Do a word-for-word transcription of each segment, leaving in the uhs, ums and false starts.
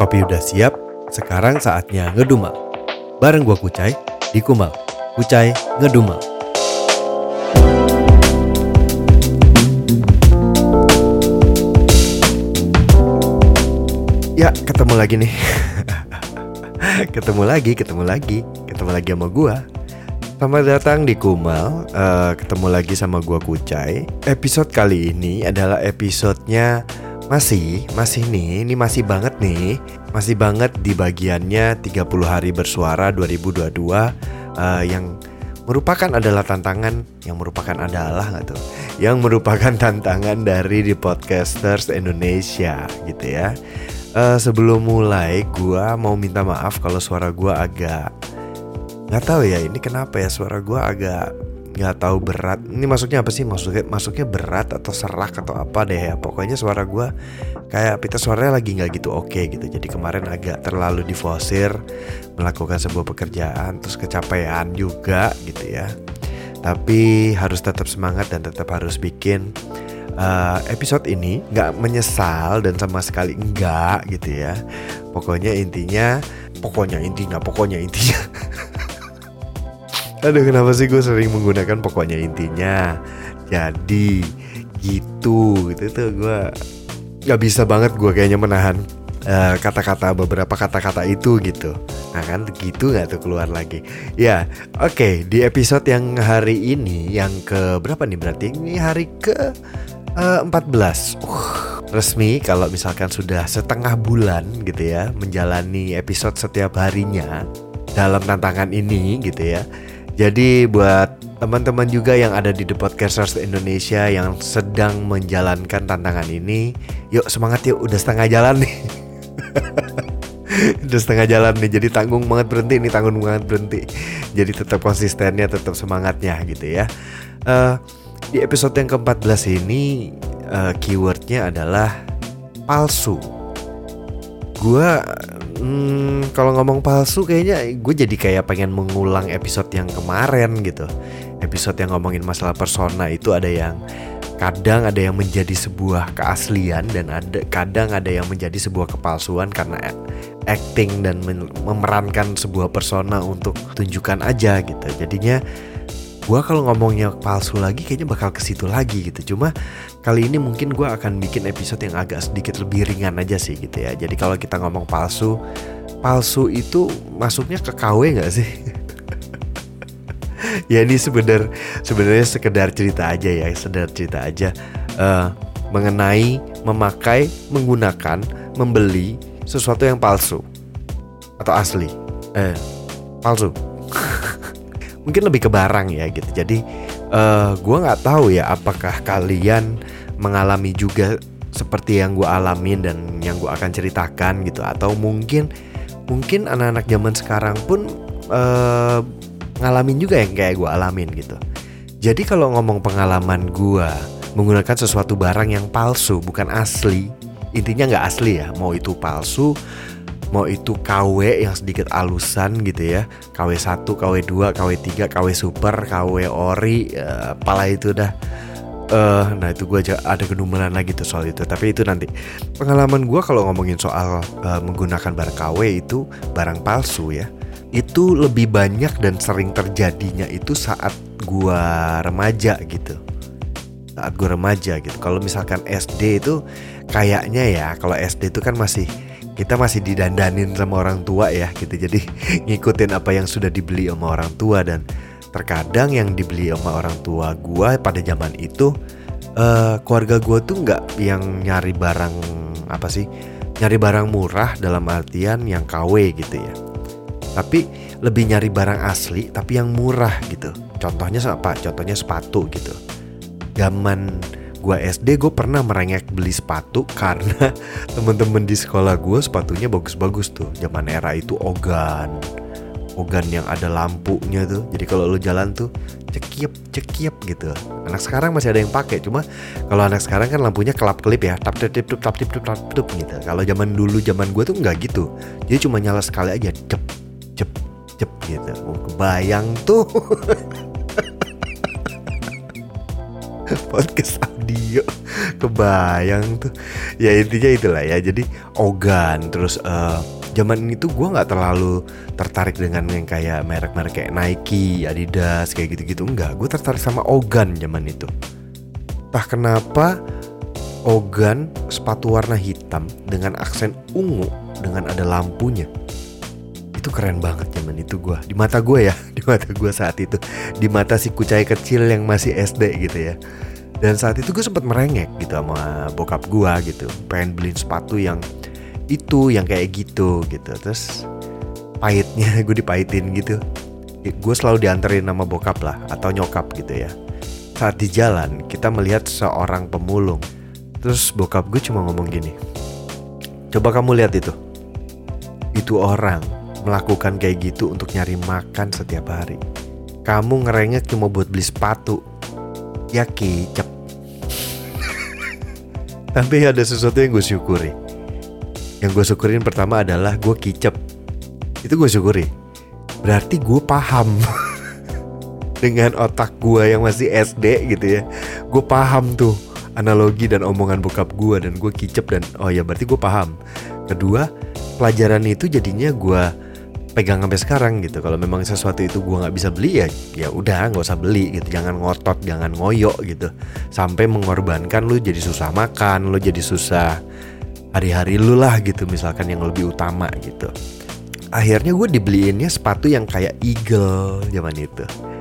Kopi udah siap, sekarang saatnya ngedumel. Bareng gua Kucai di Kumal. Kucai ngedumel. Ya, ketemu lagi nih. ketemu lagi, ketemu lagi, ketemu lagi sama gua. Selamat datang di Kumal. uh, Ketemu lagi sama gua Kucai. Episode kali ini adalah episodenya Masih, masih nih, ini masih banget nih Masih banget di bagiannya tiga puluh hari bersuara dua ribu dua puluh dua, uh, Yang merupakan adalah tantangan Yang merupakan adalah gak tuh Yang merupakan tantangan dari The Podcasters Indonesia gitu ya. uh, Sebelum mulai, gua mau minta maaf kalau suara gua agak Gak tahu ya, ini kenapa ya suara gua agak nggak tahu berat. Ini maksudnya apa sih? Maksudnya maksudnya berat atau serak atau apa deh ya. Pokoknya suara gue kayak pita suaranya lagi nggak gitu oke gitu. Jadi kemarin agak terlalu diforsir melakukan sebuah pekerjaan, terus kecapean juga gitu ya. Tapi harus tetap semangat dan tetap harus bikin uh, episode ini. Nggak menyesal dan sama sekali enggak gitu ya. Pokoknya intinya, pokoknya intinya, pokoknya intinya. Aduh, kenapa sih gue sering menggunakan pokoknya intinya. Jadi gitu gitu tuh gue gak bisa banget gue kayaknya menahan uh, kata-kata beberapa kata-kata itu gitu. Nah kan gitu gak tuh keluar lagi. Ya oke, okay, di episode yang hari ini, yang ke berapa nih berarti? Ini hari ke uh, empat belas. uh, Resmi kalau misalkan sudah setengah bulan gitu ya menjalani episode setiap harinya dalam tantangan ini gitu ya. Jadi buat teman-teman juga yang ada di The Podcasters Indonesia yang sedang menjalankan tantangan ini, yuk semangat yuk, udah setengah jalan nih. Udah setengah jalan nih, jadi tanggung banget berhenti nih, tanggung banget berhenti. Jadi tetap konsistennya, tetap semangatnya gitu ya. uh, Di episode yang ke empat belas ini uh, keywordnya adalah palsu. Gue hmm, kalau ngomong palsu kayaknya gue jadi kayak pengen mengulang episode yang kemarin gitu. Episode yang ngomongin masalah persona itu ada yang kadang ada yang menjadi sebuah keaslian dan ada kadang ada yang menjadi sebuah kepalsuan karena acting dan memerankan sebuah persona untuk tunjukkan aja gitu. Jadinya gue kalau ngomongnya palsu lagi kayaknya bakal ke situ lagi gitu. Cuma kali ini mungkin gue akan bikin episode yang agak sedikit lebih ringan aja sih gitu ya. Jadi kalau kita ngomong palsu, palsu itu masuknya ke K W gak sih? Ya ini sebenar sebenarnya sekedar cerita aja ya, sekedar cerita aja uh, mengenai memakai, menggunakan, membeli sesuatu yang palsu atau asli. Eh, palsu. Mungkin lebih ke barang ya gitu. Jadi uh, gue nggak tahu ya apakah kalian mengalami juga seperti yang gue alamin dan yang gue akan ceritakan gitu, atau mungkin mungkin anak-anak zaman sekarang pun uh, ngalamin juga yang kayak gue alamin gitu. Jadi kalau ngomong pengalaman gue menggunakan sesuatu barang yang palsu, bukan asli, intinya nggak asli ya, mau itu palsu, mau itu K W yang sedikit alusan gitu ya, K W satu, K W dua, K W tiga, K W super, K W ori, uh, apalah itu dah. uh, Nah itu gue aja ada kedumelan lagi tuh soal itu. Tapi itu nanti. Pengalaman gue kalau ngomongin soal uh, menggunakan barang K W itu, barang palsu ya, itu lebih banyak dan sering terjadinya itu saat gue remaja gitu. Saat gue remaja gitu. Kalau misalkan S D itu kayaknya ya, kalau S D itu kan masih kita masih didandanin sama orang tua ya gitu. Jadi ngikutin apa yang sudah dibeli sama orang tua. Dan terkadang yang dibeli sama orang tua gue pada zaman itu uh, keluarga gue tuh gak yang nyari barang apa sih, nyari barang murah dalam artian yang K W gitu ya, tapi lebih nyari barang asli tapi yang murah gitu. Contohnya apa? Contohnya sepatu gitu. Zaman gue S D gue pernah merengek beli sepatu karena temen-temen di sekolah gue sepatunya bagus-bagus tuh. Zaman era itu Ogan, Ogan yang ada lampunya tuh. Jadi kalau lo jalan tuh cekiep cekiep gitu. Anak sekarang masih ada yang pakai, cuma kalau anak sekarang kan lampunya kelap-kelip ya, tap tip tip tap tip tip tap tip gitu. Kalau zaman dulu zaman gue tuh nggak gitu. Jadi cuma nyala sekali aja, cep cep cep gitu. Oh, kebayang tuh. Podcast audio, kebayang tuh. Ya intinya itulah ya. Jadi Ogan. Terus uh, zaman itu gue gak terlalu tertarik dengan yang kayak merek-merek kayak Nike, Adidas, kayak gitu-gitu. Enggak, gue tertarik sama Ogan zaman itu. Entah kenapa Ogan sepatu warna hitam dengan aksen ungu dengan ada lampunya. Itu keren banget zaman itu gue. Di mata gue ya, di mata gue saat itu. Di mata si kucai kecil yang masih S D gitu ya. Dan saat itu gue sempat merengek gitu sama bokap gue gitu. Pengen beliin sepatu yang itu, yang kayak gitu gitu. Terus pahitnya gue dipahitin gitu. Gue selalu dianterin sama bokap lah, atau nyokap gitu ya. Saat di jalan kita melihat seorang pemulung. Terus bokap gue cuma ngomong gini, coba kamu lihat itu. Itu orang melakukan kayak gitu untuk nyari makan setiap hari. Kamu ngerengek cuma buat beli sepatu. Ya kicep. Tapi ada sesuatu yang gue syukuri. Yang gue syukurin pertama adalah gue kicep. Itu gue syukuri. Berarti gue paham. Dengan otak gue yang masih S D gitu ya. Gue paham tuh analogi dan omongan bokap gue. Dan gue kicep dan oh ya berarti gue paham. Kedua, pelajaran itu jadinya gue pegang sampai sekarang gitu. Kalau memang sesuatu itu gue nggak bisa beli ya ya udah nggak usah beli gitu. Jangan ngotot, jangan ngoyok gitu. Sampai mengorbankan lu jadi susah makan, lu jadi susah hari-hari lu lah gitu, misalkan yang lebih utama gitu. Akhirnya gue dibeliinnya sepatu yang kayak Eagle zaman itu,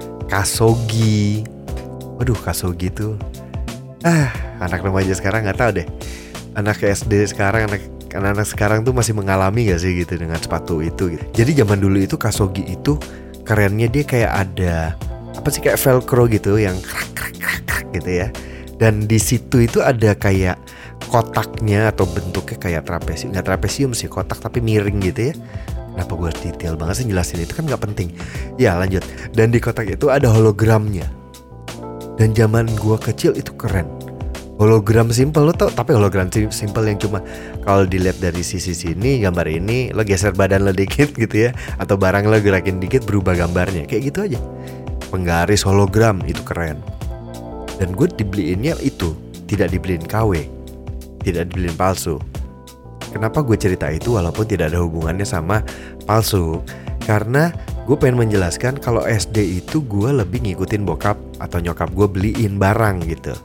Kasogi. Waduh, Kasogi tuh ah anak remaja sekarang nggak tahu deh. Anak S D sekarang, anak anak-anak sekarang tuh masih mengalami gak sih gitu dengan sepatu itu gitu. Jadi zaman dulu itu Kasogi itu kerennya dia kayak ada apa sih, kayak velcro gitu yang krak krak krak, krak gitu ya. Dan di situ itu ada kayak kotaknya atau bentuknya kayak trapesium, nggak trapesium sih, kotak tapi miring gitu ya. Kenapa gue harus detail banget sih jelasin, itu kan nggak penting. Ya lanjut. Dan di kotak itu ada hologramnya. Dan zaman gue kecil itu keren. Hologram simple, lo tau, tapi hologram simple yang cuma kalau dilihat dari sisi sini gambar ini, lo geser badan lo dikit gitu ya, atau barang lo gerakin dikit berubah gambarnya, kayak gitu aja. Penggaris hologram itu keren. Dan gue dibeliinnya itu, tidak dibeliin K W, tidak dibeliin palsu. Kenapa gue cerita itu walaupun tidak ada hubungannya sama palsu? Karena gue pengen menjelaskan kalau S D itu gue lebih ngikutin bokap atau nyokap gue beliin barang gitu.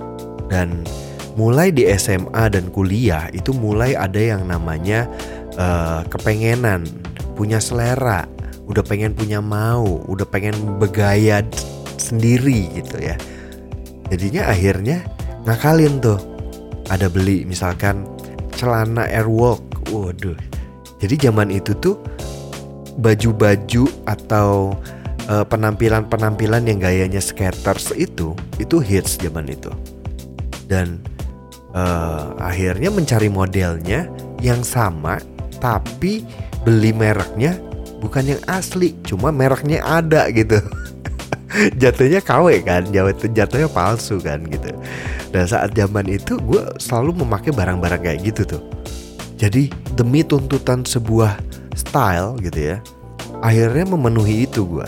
Dan mulai di S M A dan kuliah itu mulai ada yang namanya uh, kepengenan, punya selera, udah pengen punya mau, udah pengen bergaya sendiri gitu ya. Jadinya akhirnya ngakalin tuh. Ada beli misalkan celana Airwalk. Waduh. Jadi zaman itu tuh baju-baju atau uh, penampilan-penampilan yang gayanya skaters itu itu hits zaman itu. Dan uh, akhirnya mencari modelnya yang sama, tapi beli mereknya bukan yang asli, cuma mereknya ada gitu. Jatuhnya K W kan, jatuhnya palsu kan gitu. Dan saat zaman itu gue selalu memakai barang-barang kayak gitu tuh. Jadi demi tuntutan sebuah style gitu ya, akhirnya memenuhi itu gue.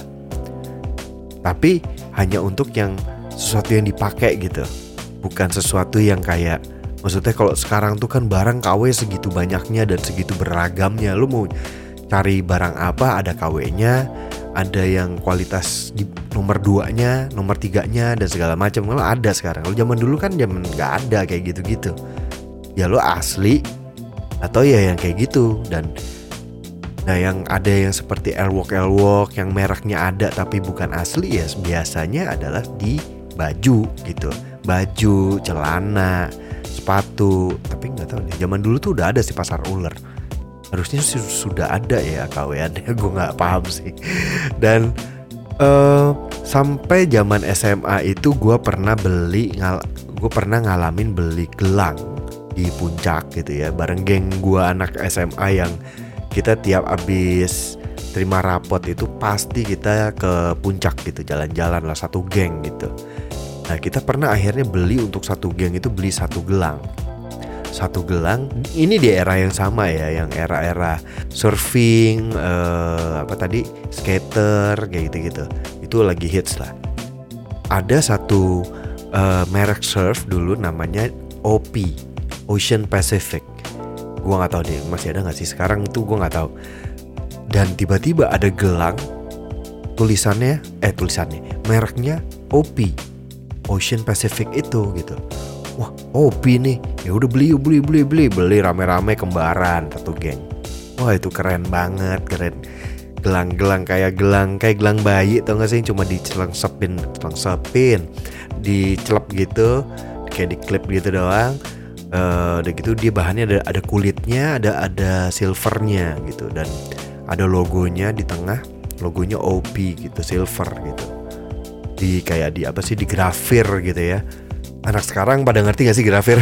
Tapi hanya untuk yang sesuatu yang dipakai gitu. Bukan sesuatu yang kayak, maksudnya kalau sekarang tuh kan barang K W segitu banyaknya dan segitu beragamnya. Lu mau cari barang apa ada K W-nya, ada yang kualitas di nomor duanya, nomor tiganya dan segala macam. Kalau ada sekarang. Kalau zaman dulu kan zaman nggak ada kayak gitu-gitu. Ya lu asli atau ya yang kayak gitu. Dan nah yang ada yang seperti Airwalk Airwalk yang mereknya ada tapi bukan asli ya biasanya adalah di baju gitu. Baju, celana, sepatu. Tapi gak tahu nih, zaman dulu tuh udah ada sih pasar ular. Harusnya sih sudah ada ya K W-annya. Gue gak paham sih. Dan uh, sampai zaman S M A itu gue pernah beli ngal- Gue pernah ngalamin beli gelang di puncak gitu ya, bareng geng gue anak S M A yang kita tiap abis terima rapot itu pasti kita ke puncak gitu, jalan-jalan lah satu geng gitu. Nah kita pernah akhirnya beli untuk satu geng itu beli satu gelang. Satu gelang, ini di era yang sama ya, yang era-era surfing, uh, apa tadi, skater, kayak gitu-gitu. Itu lagi hits lah. Ada satu uh, merek surf dulu namanya O P, Ocean Pacific. Gua nggak tahu deh masih ada nggak sih sekarang, itu gua nggak tahu. Dan tiba-tiba ada gelang tulisannya, eh tulisannya, mereknya O P, Ocean Pacific itu gitu. Wah, O P nih, ya udah beli, beli, beli, beli, beli rame-rame kembaran satu geng. Wah itu keren banget, keren. Gelang-gelang kayak gelang kayak gelang bayi, tau gak sih, cuma dicelengsepin, celengsepin, dicelep gitu, kayak diklip gitu doang. Uh, udah gitu dia bahannya ada ada kulitnya, ada ada silvernya gitu, dan ada logonya di tengah, logonya O P gitu, silver gitu. Di kayak di apa sih, di grafir gitu ya. Anak sekarang pada ngerti gak sih grafir?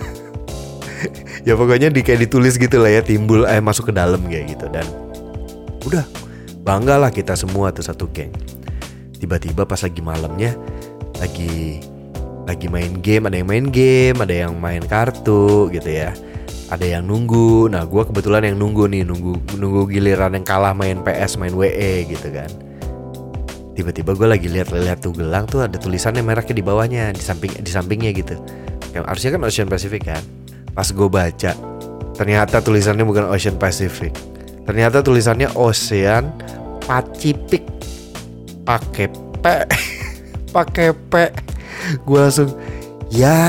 Ya pokoknya di kayak ditulis gitu lah ya, timbul eh masuk ke dalam kayak gitu. Dan udah bangga lah kita semua tuh satu geng. Tiba-tiba pas lagi malamnya, lagi lagi main game, ada yang main game, ada yang main kartu gitu ya, ada yang nunggu. Nah gue kebetulan yang nunggu nih, nunggu nunggu giliran yang kalah main P S, main W E gitu kan. Tiba-tiba gue lagi lihat-lihat tuh gelang tuh ada tulisannya mereknya di bawahnya, di samping di sampingnya gitu. Yang harusnya kan Ocean Pacific kan. Pas gue baca, ternyata tulisannya bukan Ocean Pacific. Ternyata tulisannya Ocean Pacific. Pakai P, pakai P. Gue langsung, ya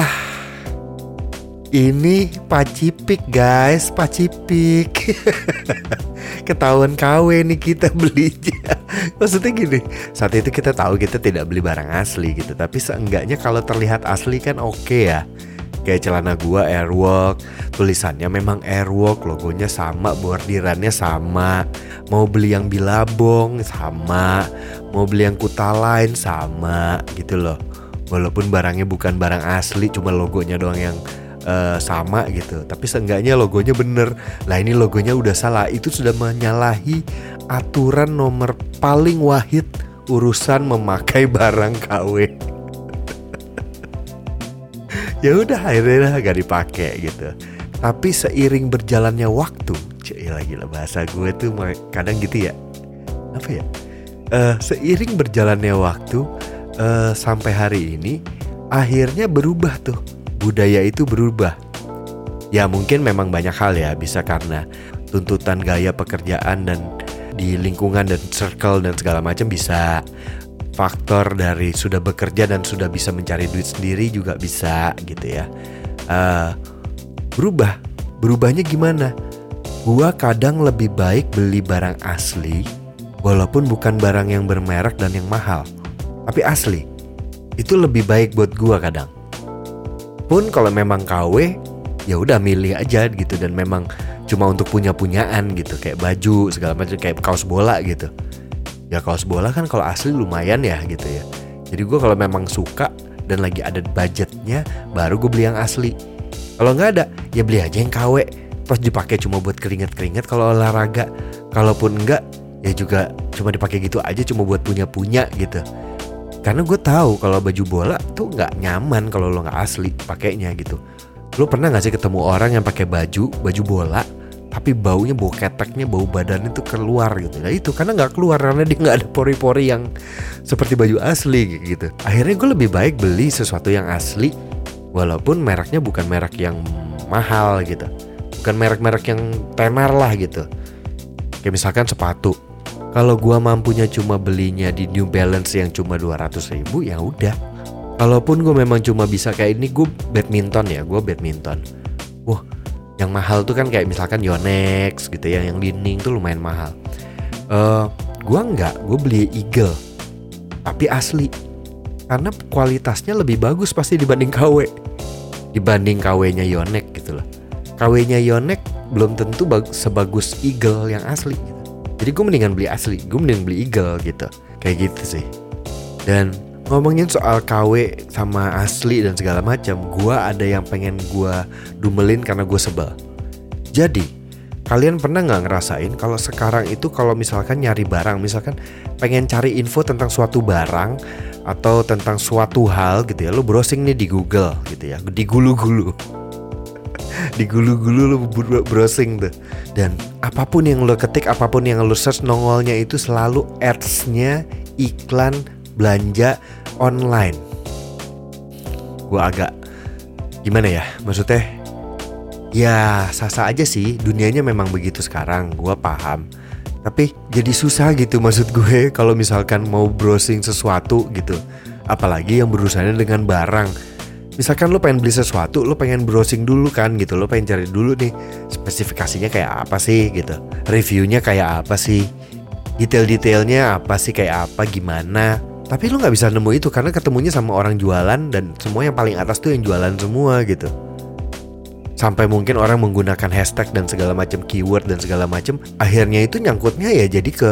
ini Pacific guys, Pacific. Ketahuan K W nih kita belinya. Maksudnya gini, saat itu kita tahu kita tidak beli barang asli gitu, tapi seenggaknya kalau terlihat asli kan oke okay ya. Kayak celana gua Airwalk, tulisannya memang Airwalk, logonya sama, bordirannya sama. Mau beli yang Billabong sama, mau beli yang Kuta Line sama gitu loh. Walaupun barangnya bukan barang asli, cuma logonya doang yang uh, sama gitu, tapi seenggaknya logonya bener. Lah ini logonya udah salah, itu sudah menyalahi aturan nomor paling wahid urusan memakai barang K W. Ya udah akhirnya gak dipakai gitu. Tapi seiring berjalannya waktu, cek lagi lah bahasa gue tuh kadang gitu ya. Apa ya? Uh, seiring berjalannya waktu, uh, sampai hari ini akhirnya berubah tuh. Budaya itu berubah. Ya mungkin memang banyak hal ya, bisa karena tuntutan gaya pekerjaan dan di lingkungan dan circle dan segala macam bisa. Faktor dari sudah bekerja dan sudah bisa mencari duit sendiri juga bisa gitu ya. uh, Berubah. Berubahnya gimana? Gua kadang lebih baik beli barang asli, walaupun bukan barang yang bermerek dan yang mahal, tapi asli. Itu lebih baik buat gua kadang. Pun kalau memang K W, ya udah milih aja gitu, dan memang cuma untuk punya-punyaan gitu, kayak baju segala macam, kayak kaos bola gitu. Ya kaos bola kan kalau asli lumayan ya gitu ya. Jadi gue kalau memang suka dan lagi ada budgetnya, baru gue beli yang asli. Kalau nggak ada, ya beli aja yang K W, pas dipakai cuma buat keringat-keringat kalau olahraga. Kalaupun enggak, ya juga cuma dipakai gitu aja, cuma buat punya-punya gitu. Karena gue tahu kalau baju bola tuh nggak nyaman kalau lo nggak asli pakainya gitu. Lo pernah nggak sih ketemu orang yang pakai baju baju bola, tapi baunya, bau keteknya, bau badannya tuh keluar gitu. Nah itu karena gak keluar, karena dia gak ada pori-pori yang seperti baju asli gitu. Akhirnya gue lebih baik beli sesuatu yang asli, walaupun mereknya bukan merek yang mahal gitu, bukan merek-merek yang tenar lah gitu. Kayak misalkan sepatu, kalau gue mampunya cuma belinya di New Balance yang cuma dua ratus ribu, ya udah. Kalaupun gue memang cuma bisa kayak ini, gue badminton ya, gue badminton. Wah, yang mahal tuh kan kayak misalkan Yonex gitu ya, yang Li-Ning tuh lumayan mahal. uh, Gue enggak, gue beli Eagle tapi asli, karena kualitasnya lebih bagus pasti dibanding K W, dibanding K W-nya Yonex gitu loh. K W-nya Yonex belum tentu bag- sebagus Eagle yang asli gitu. Jadi gue mendingan beli asli, gue mendingan beli Eagle gitu. Kayak gitu sih. Dan ngomongin soal K W sama asli dan segala macam, gue ada yang pengen gue dumelin karena gue sebel. Jadi, kalian pernah nggak ngerasain kalau sekarang itu kalau misalkan nyari barang, misalkan pengen cari info tentang suatu barang atau tentang suatu hal gitu ya, lo browsing nih di Google gitu ya, digulu-gulu, digulu-gulu lo browsing tuh, dan apapun yang lo ketik, apapun yang lo search, nongolnya itu selalu ads-nya iklan belanja online. gue agak gimana ya, maksudnya ya sah-sah aja sih, dunianya memang begitu sekarang, gue paham. Tapi jadi susah gitu maksud gue kalau misalkan mau browsing sesuatu gitu, apalagi yang berurusannya dengan barang. Misalkan lo pengen beli sesuatu, lo pengen browsing dulu kan gitu, lo pengen cari dulu nih spesifikasinya kayak apa sih gitu, reviewnya kayak apa sih, detail-detailnya apa sih, kayak apa, gimana. Tapi lo gak bisa nemu itu karena ketemunya sama orang jualan, dan semua yang paling atas tuh yang jualan semua gitu. Sampai mungkin orang menggunakan hashtag dan segala macam keyword dan segala macam, akhirnya itu nyangkutnya ya jadi ke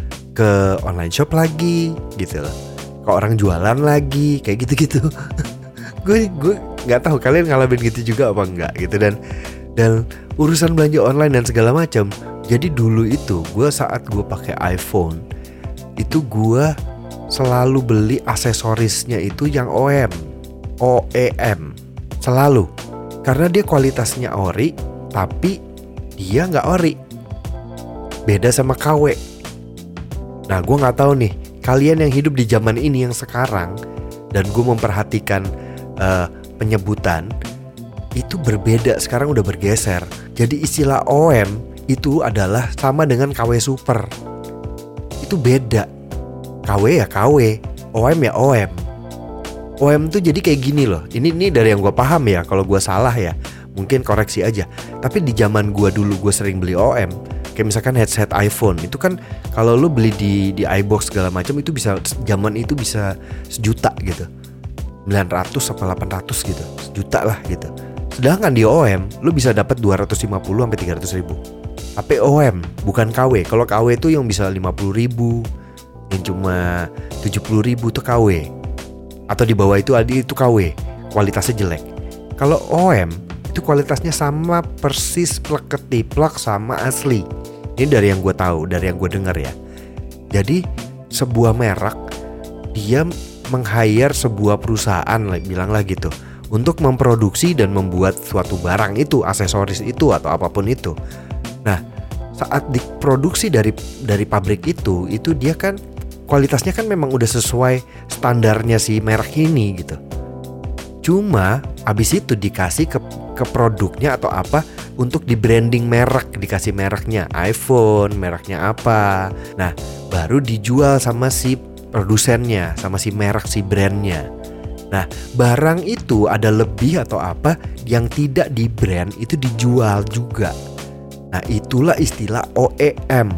ke online shop lagi gitu loh, ke orang jualan lagi kayak gitu-gitu. gue gue nggak tahu kalian ngalamin gitu juga apa enggak gitu. Dan dan urusan belanja online dan segala macam. Jadi dulu itu gue saat gue pakai iPhone itu gue selalu beli aksesorisnya itu yang O E M, O E M selalu, karena dia kualitasnya ori tapi dia nggak ori, beda sama K W. Nah gue nggak tahu nih kalian yang hidup di zaman ini yang sekarang, dan gue memperhatikan Uh, penyebutan itu berbeda, sekarang udah bergeser. Jadi istilah O E M itu adalah sama dengan K W super. Itu beda. K W ya K W, O E M ya O E M. O E M tuh jadi kayak gini loh. Ini ini dari yang gue paham ya. Kalau gue salah ya mungkin koreksi aja. Tapi di zaman gue dulu gue sering beli O E M. Kayak misalkan headset iPhone itu kan kalau lu beli di di iBox segala macam itu bisa, zaman itu bisa sejuta gitu, sembilan ratus atau delapan ratus gitu, sejuta lah gitu. Sedangkan di O E M lu bisa dapat dua ratus lima puluh sampai tiga ratus ribu. Tapi O E M bukan K W. Kalau K W itu yang bisa lima puluh ribu, yang cuma tujuh puluh ribu tuh K W. Atau di bawah itu ada itu K W, kualitasnya jelek. Kalau O E M itu kualitasnya sama persis plek ketiplek sama asli. Ini dari yang gue tahu, dari yang gue dengar ya. Jadi sebuah merek dia meng-hire sebuah perusahaan, bilanglah gitu, untuk memproduksi dan membuat suatu barang itu, aksesoris itu atau apapun itu. Nah, saat diproduksi dari dari pabrik itu, itu dia kan kualitasnya kan memang udah sesuai standarnya si merek ini gitu. Cuma abis itu dikasih ke ke produknya atau apa untuk di branding merek, dikasih mereknya iPhone, mereknya apa. Nah, baru dijual sama si produsennya, sama si merek, si brandnya. Nah, barang itu ada lebih atau apa yang tidak di brand itu dijual juga. Nah, itulah istilah O E M.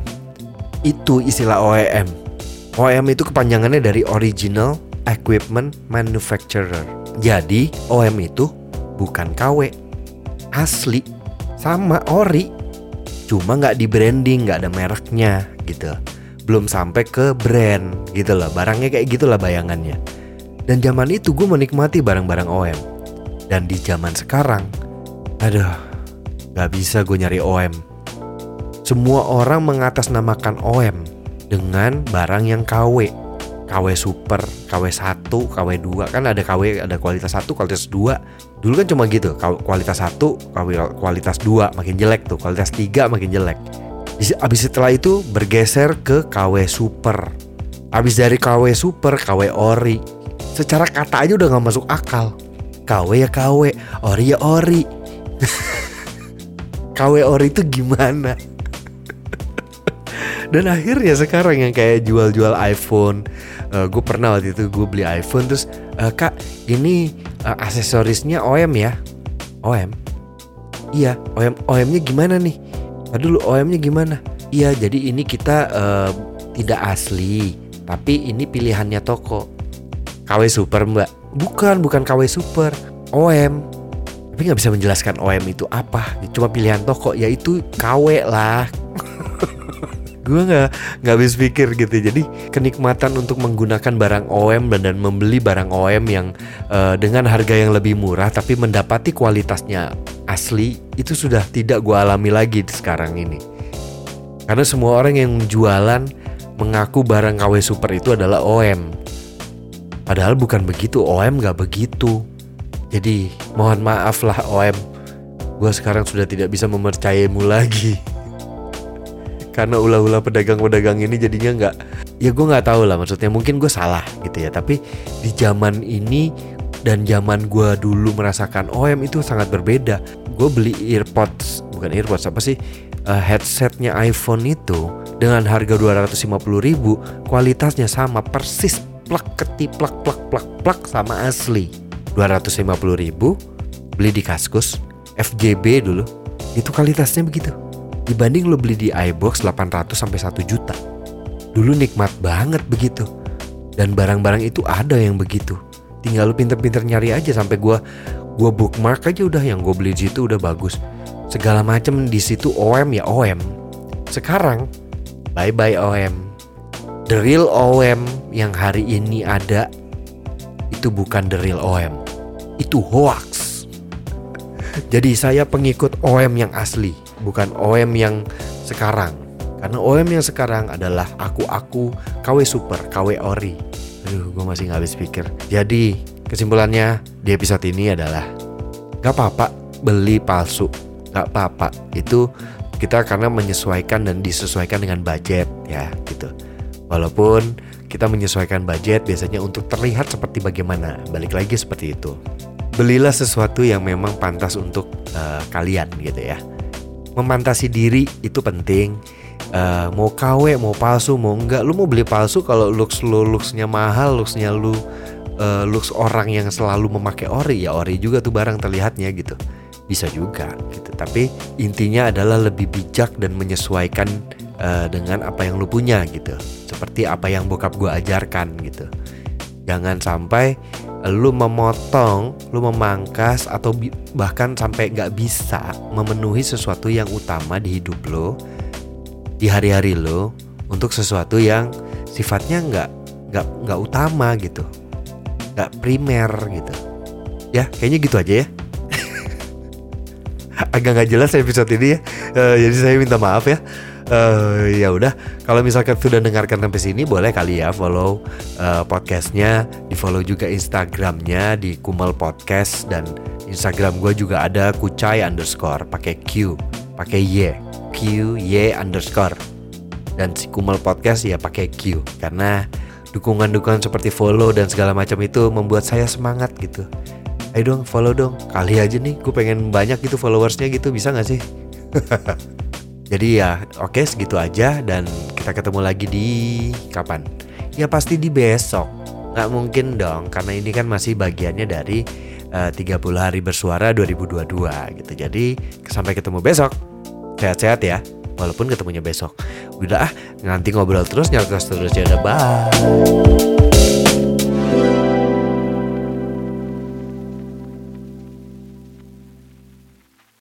Itu istilah O E M. O E M itu kepanjangannya dari Original Equipment Manufacturer. Jadi O E M itu bukan K W, asli, sama ori, cuma nggak di branding, nggak ada mereknya gitu. Belum sampai ke brand gitu loh, barangnya kayak gitulah bayangannya. Dan zaman itu gue menikmati barang-barang O E M. Dan di zaman sekarang, aduh, gak bisa gue nyari O E M. Semua orang mengatasnamakan O E M dengan barang yang K W, K W super, K W satu, K W dua. Kan ada K W, ada kualitas satu, kualitas dua. Dulu kan cuma gitu, kualitas satu, kualitas dua makin jelek tuh, kualitas tiga makin jelek. Abis setelah itu bergeser ke K W super. Abis dari K W super, K W ori. Secara kata aja udah gak masuk akal. K W ya K W, ori ya ori. K W ori itu gimana? Dan akhirnya sekarang yang kayak jual-jual iPhone, uh, gue pernah waktu itu gue beli iPhone terus uh, kak ini uh, aksesorisnya O E M ya? O E M? Iya, O E M, O E M-nya gimana nih? Aduh, O E M-nya gimana? Iya, jadi ini kita uh, tidak asli, tapi ini pilihannya toko. K W super mbak? Bukan, bukan K W super, O E M. Tapi gak bisa menjelaskan O E M itu apa, cuma pilihan toko, yaitu K W lah. Gue gak, gak habis pikir gitu. Jadi kenikmatan untuk menggunakan barang O E M dan, dan membeli barang O E M yang uh, dengan harga yang lebih murah tapi mendapati kualitasnya asli, itu sudah tidak gue alami lagi sekarang ini. Karena semua orang yang jualan mengaku barang K W super itu adalah O E M. Padahal bukan begitu, O E M gak begitu. Jadi mohon maaf lah O E M, gue sekarang sudah tidak bisa mempercayaimu lagi. Karena ulah-ulah pedagang-pedagang ini jadinya gak, ya gue gak tahu lah, maksudnya mungkin gue salah gitu ya. Tapi di zaman ini Dan zaman gue dulu merasakan O M itu sangat berbeda. Gue beli earpods, bukan earpods apa sih, uh, headsetnya iPhone itu dengan harga dua ratus lima puluh ribu, kualitasnya sama persis, plak ketiplak plak plak plak sama asli. Dua ratus lima puluh ribu beli di Kaskus F J B dulu, itu kualitasnya begitu. Dibanding lo beli di iBox delapan ratus sampai satu juta. Dulu nikmat banget begitu. Dan barang-barang itu ada yang begitu. Tinggal lu pinter-pinter nyari aja sampai gua gua bookmark aja udah yang gua beli di situ udah bagus. Segala macam di situ O M ya O M. Sekarang bye bye O M. The real O M yang hari ini ada itu bukan the real O M. Itu hoax. Jadi saya pengikut O M yang asli, bukan O M yang sekarang. Karena O M yang sekarang adalah aku-aku, K W super, K W ori. Aduh, gue masih gak habis pikir. Jadi kesimpulannya di episode ini adalah gak apa-apa beli palsu, gak apa-apa. Itu kita karena menyesuaikan dan disesuaikan dengan budget ya gitu. Walaupun kita menyesuaikan budget biasanya untuk terlihat seperti bagaimana. Balik lagi seperti itu. Belilah sesuatu yang memang pantas untuk uh, kalian gitu ya. Memantasi diri itu penting. Uh, mau K W, mau palsu, mau enggak. Lu mau beli palsu kalau looks lu looksnya mahal, looksnya lu uh, looks orang yang selalu memakai ori, ya ori juga tuh barang terlihatnya gitu. Bisa juga gitu. Tapi intinya adalah lebih bijak dan menyesuaikan uh, dengan apa yang lu punya gitu. Seperti apa yang bokap gua ajarkan gitu. Jangan sampai lu memotong, lu memangkas atau bi- bahkan sampai gak bisa memenuhi sesuatu yang utama di hidup lu, di hari-hari lo, untuk sesuatu yang sifatnya nggak nggak nggak utama gitu, nggak primer gitu. Ya kayaknya gitu aja ya. Agak nggak jelas episode ini ya, uh, jadi saya minta maaf ya. Uh, ya udah, kalau misalkan sudah dengarkan sampai sini, boleh kali ya follow uh, podcastnya, di follow juga Instagramnya di Kumel Podcast, dan Instagram gue juga ada kucai underscore pakai Q, pakai Y. Q Y underscore, dan si Kumel Podcast ya pakai Q, karena dukungan-dukungan seperti follow dan segala macam itu membuat saya semangat gitu. Ayo dong follow dong, kali aja nih gue pengen banyak gitu followersnya gitu, bisa gak sih? Jadi ya oke, segitu aja, dan kita ketemu lagi di kapan? Ya pasti di besok. Gak mungkin dong, karena ini kan masih bagiannya dari uh, tiga puluh hari bersuara dua ribu dua puluh dua gitu. Jadi sampai ketemu besok. Sehat-sehat ya, walaupun ketemunya besok. Udah ah, nanti ngobrol terus, nyartos terus ya. Bye.